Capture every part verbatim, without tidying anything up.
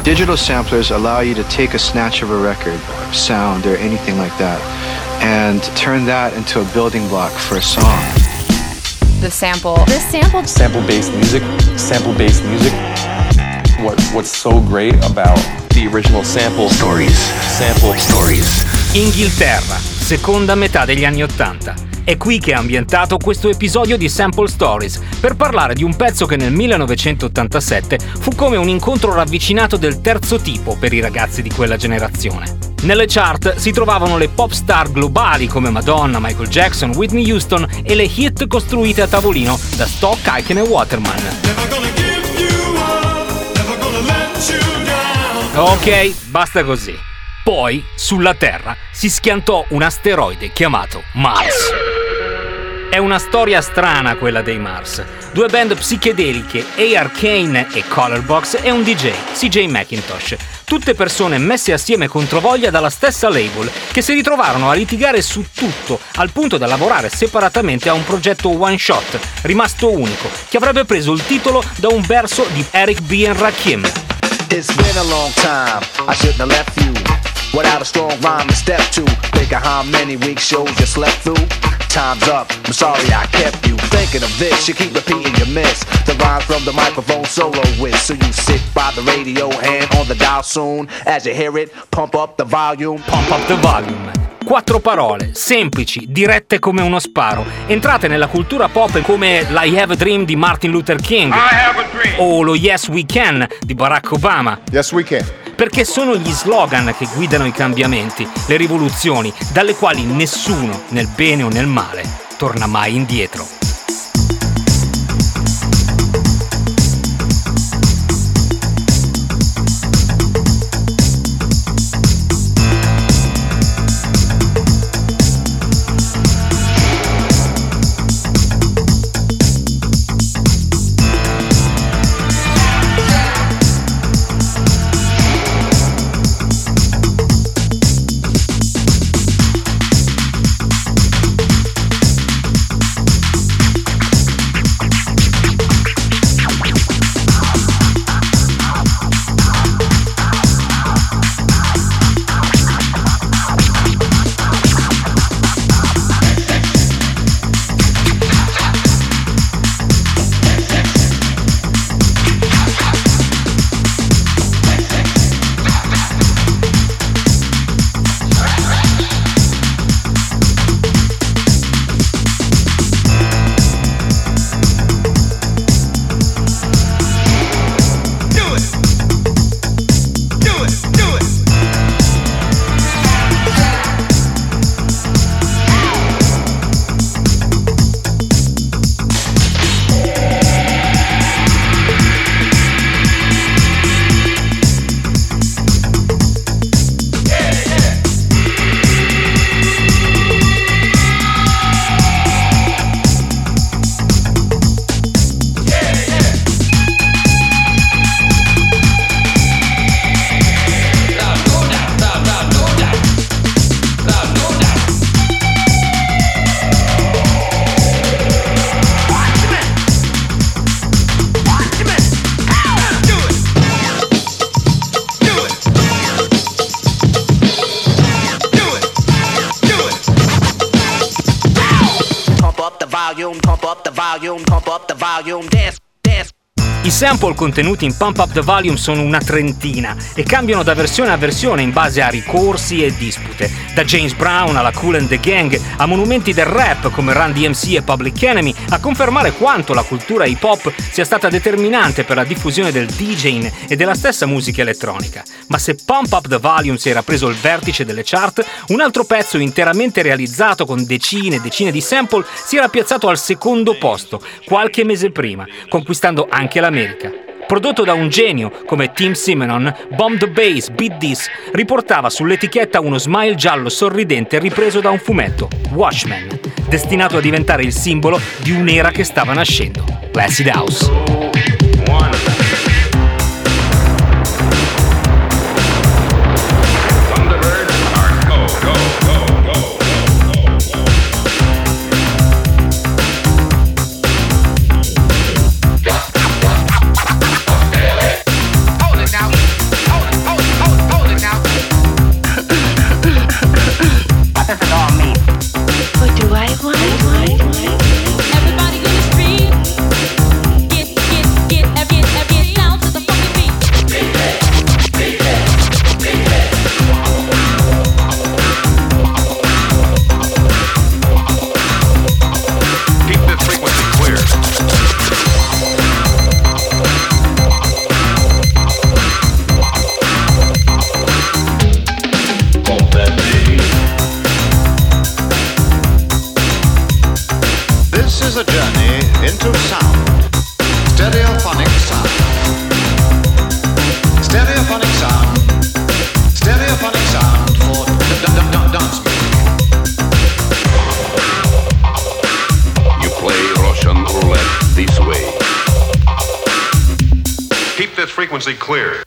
Digital samplers allow you to take a snatch of a record, or sound, or anything like that, and turn that into a building block for a song. The sample. The sample. Sample-based music. Sample-based music. What, what's so great about the original sample stories. Sample stories. Inghilterra, seconda metà degli anni Ottanta. È qui che è ambientato questo episodio di Sample Stories, per parlare di un pezzo che nel millenovecentottantasette fu come un incontro ravvicinato del terzo tipo per i ragazzi di quella generazione. Nelle chart si trovavano le pop star globali come Madonna, Michael Jackson, Whitney Houston e le hit costruite a tavolino da Stock, Aitken e Waterman. Ok, basta così. Poi, sulla Terra, si schiantò un asteroide chiamato Mars. È una storia strana quella dei Mars. Due band psichedeliche, A R Kane e Colorbox, e un D J, C J Mackintosh. Tutte persone messe assieme controvoglia dalla stessa label, che si ritrovarono a litigare su tutto, al punto da lavorare separatamente a un progetto one shot, rimasto unico, che avrebbe preso il titolo da un verso di Eric B. and Rakim. It's been a long time, I shouldn't have left you without a strong rhyme to step to. Think of how many week shows you slept through. Time's up, I'm sorry I kept you thinking of this, you keep repeating your miss the rhymes from the microphone solo with. So you sit by the radio, hand on the dial soon. As you hear it, pump up the volume. Pump up the volume. Quattro parole, semplici, dirette come uno sparo, entrate nella cultura pop come l'I Have a Dream di Martin Luther King o lo Yes We Can di Barack Obama. Yes we can. Perché sono gli slogan che guidano i cambiamenti, le rivoluzioni, dalle quali nessuno, nel bene o nel male, torna mai indietro. Pump up the volume, pump up the volume, dance, dance. I sample contenuti in Pump Up the Volume sono una trentina e cambiano da versione a versione in base a ricorsi e dispute, da James Brown alla Kool and the Gang a monumenti del rap come Run D M C e Public Enemy, a confermare quanto la cultura hip hop sia stata determinante per la diffusione del DJing e della stessa musica elettronica. Ma se Pump Up the Volume si era preso il vertice delle chart, un altro pezzo interamente realizzato con decine e decine di sample si era piazzato al secondo posto qualche mese prima, conquistando anche l'America. Prodotto da un genio come Tim Simenon, Bomb the Bass, Beat This riportava sull'etichetta uno smile giallo sorridente ripreso da un fumetto, Watchmen, destinato a diventare il simbolo di un'era che stava nascendo, l'Acid House. Hold it now. Hold frequency clear.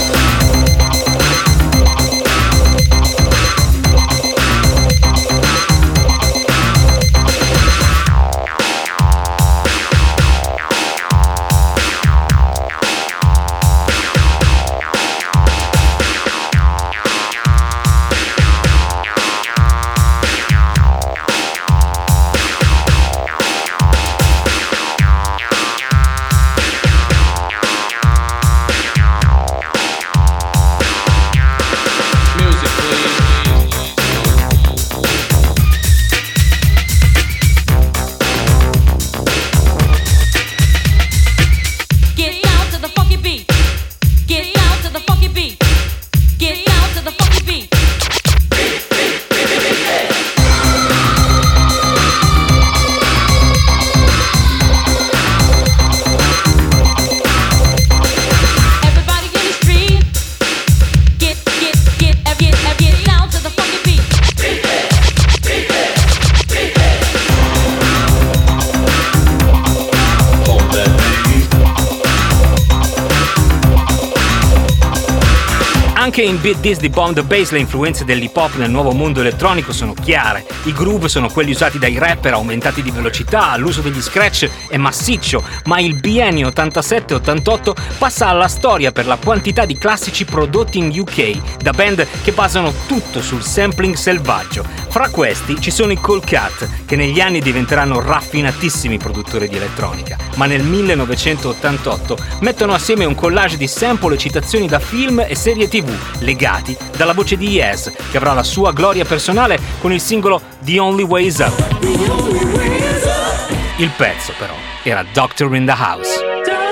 Anche in Beat This di Bomb the Bass le influenze dell'hip hop nel nuovo mondo elettronico sono chiare. I groove sono quelli usati dai rapper aumentati di velocità, l'uso degli scratch è massiccio, ma il biennio ottantasette ottantotto passa alla storia per la quantità di classici prodotti in U K da band che basano tutto sul sampling selvaggio. Fra questi ci sono i Cold Cut, che negli anni diventeranno raffinatissimi produttori di elettronica, ma nel millenovecentottantotto mettono assieme un collage di sample e citazioni da film e serie tivù legati dalla voce di Yes, che avrà la sua gloria personale con il singolo The Only Way Is Up. Il pezzo però era Doctor in the House.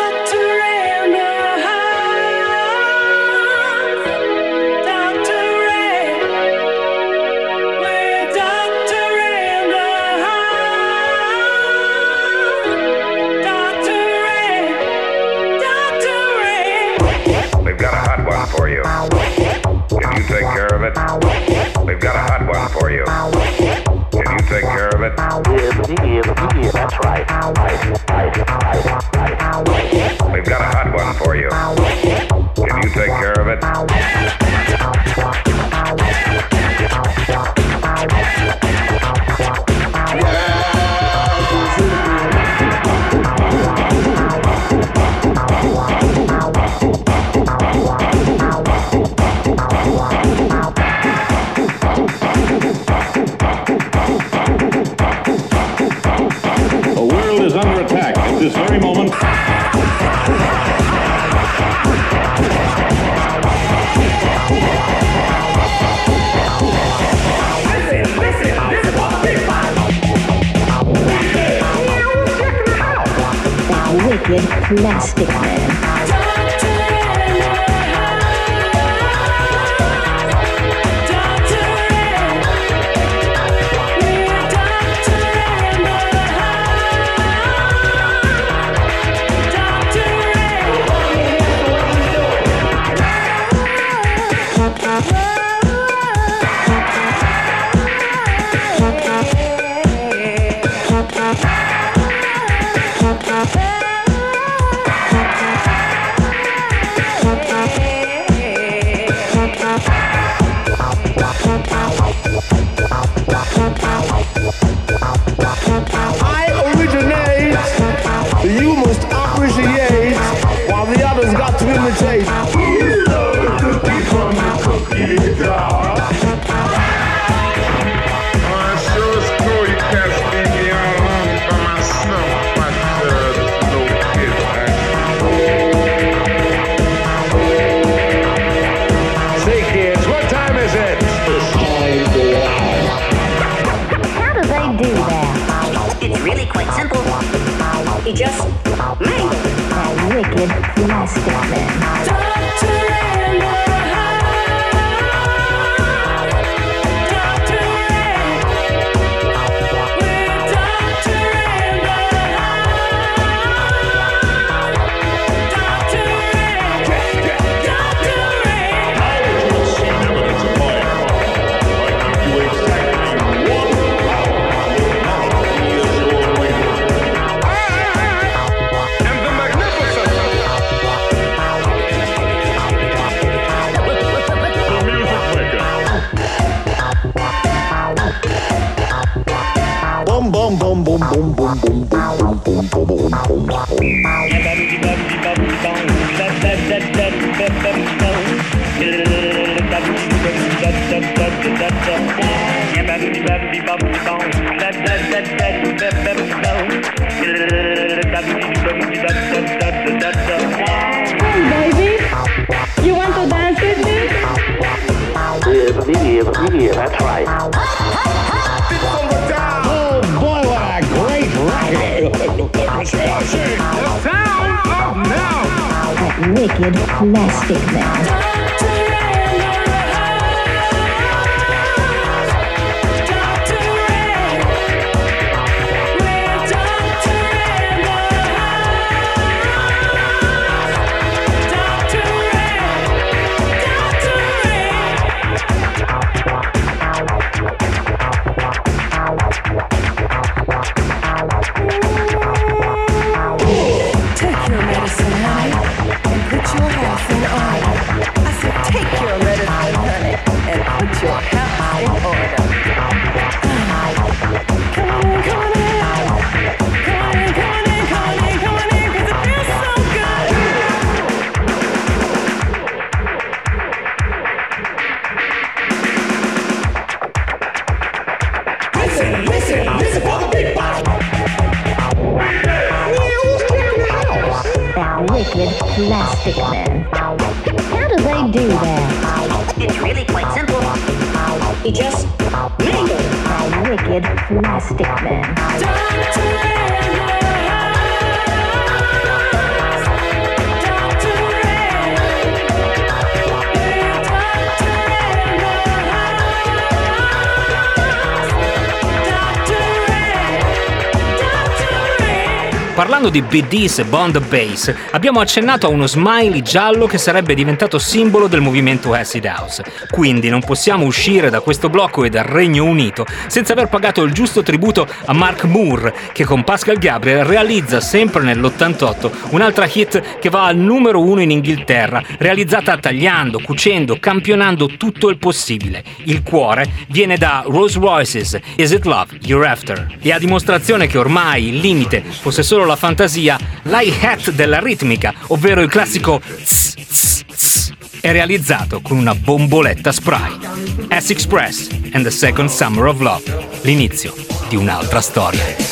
For you. Can you take care of it? They've got a hot one for you. Can you take care of it? Yeah, yeah, that's right. They've got a hot one for you. Can you take care of it? This very moment. Listen, listen, this is a big fight. Check it out. Wicked Plastic Man. He just mangled that wicked plastic man. Doctor in the Baby, you want to dance with me? Yeah, yeah, that's right. Oh boy, what a great record! The sound of now! That wicked plastic man. Wicked plastic man. How do they do that? It's really quite simple. You just mangle it. A wicked plastic man. Parlando di B Ds e Bond Bass, abbiamo accennato a uno smiley giallo che sarebbe diventato simbolo del movimento acid house. Quindi non possiamo uscire da questo blocco e dal Regno Unito senza aver pagato il giusto tributo a Mark Moore, che con Pascal Gabriel realizza sempre nell'ottantotto un'altra hit che va al numero uno in Inghilterra, realizzata tagliando, cucendo, campionando tutto il possibile. Il cuore viene da Rolls Royce's Is It Love You're After, e a dimostrazione che ormai il limite fosse solo la fantasia, l'hi-hat della ritmica, ovvero il classico tss, tss, tss, è realizzato con una bomboletta spray. S-Express and the Second Summer of Love, l'inizio di un'altra storia.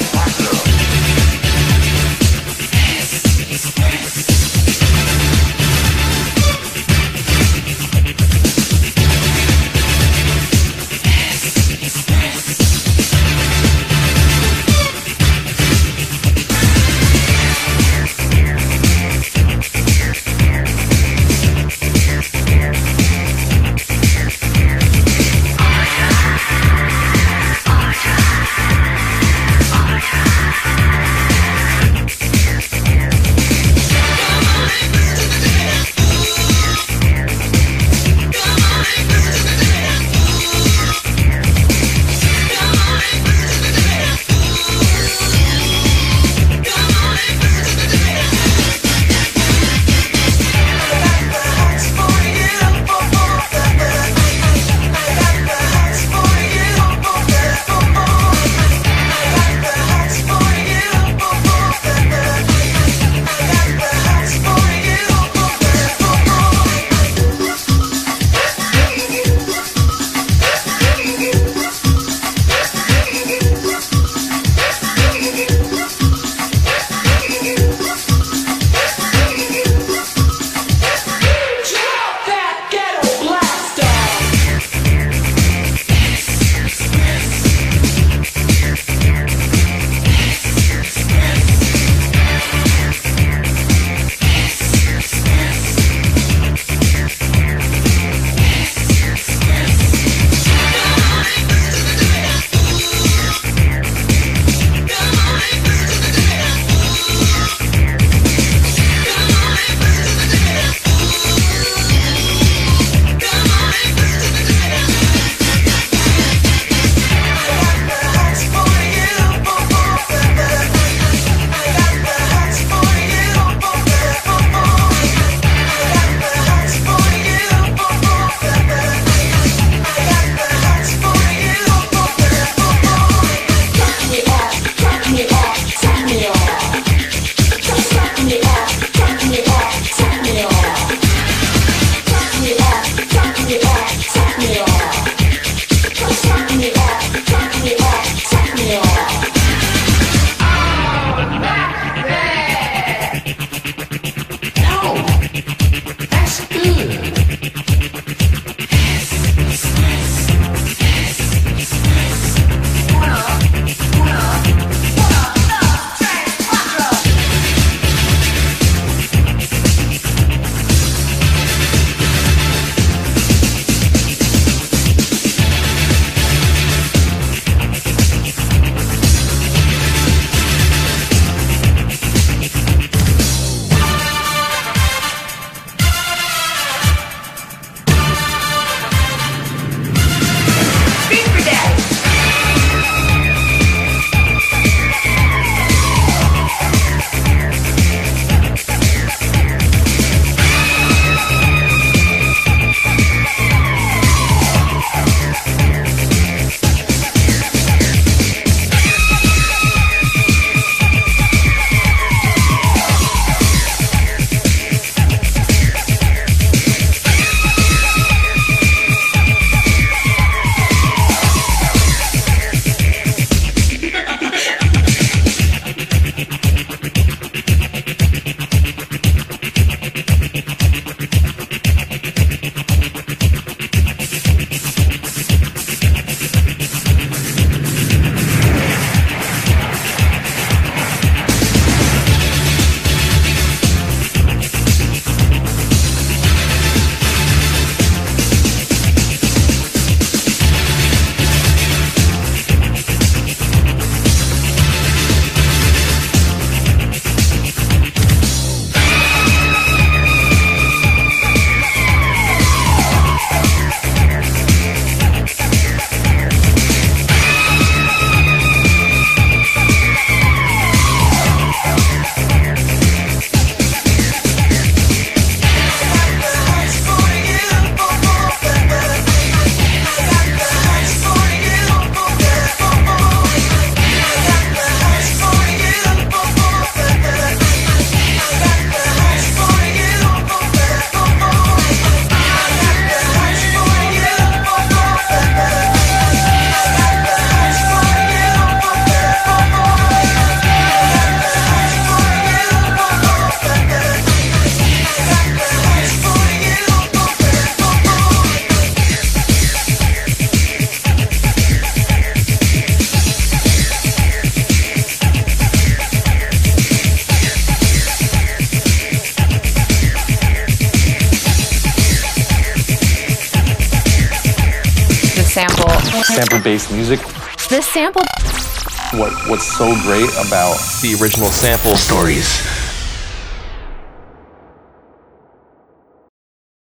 sample. Sample-based music. The sample. What what's so great about the original sample stories.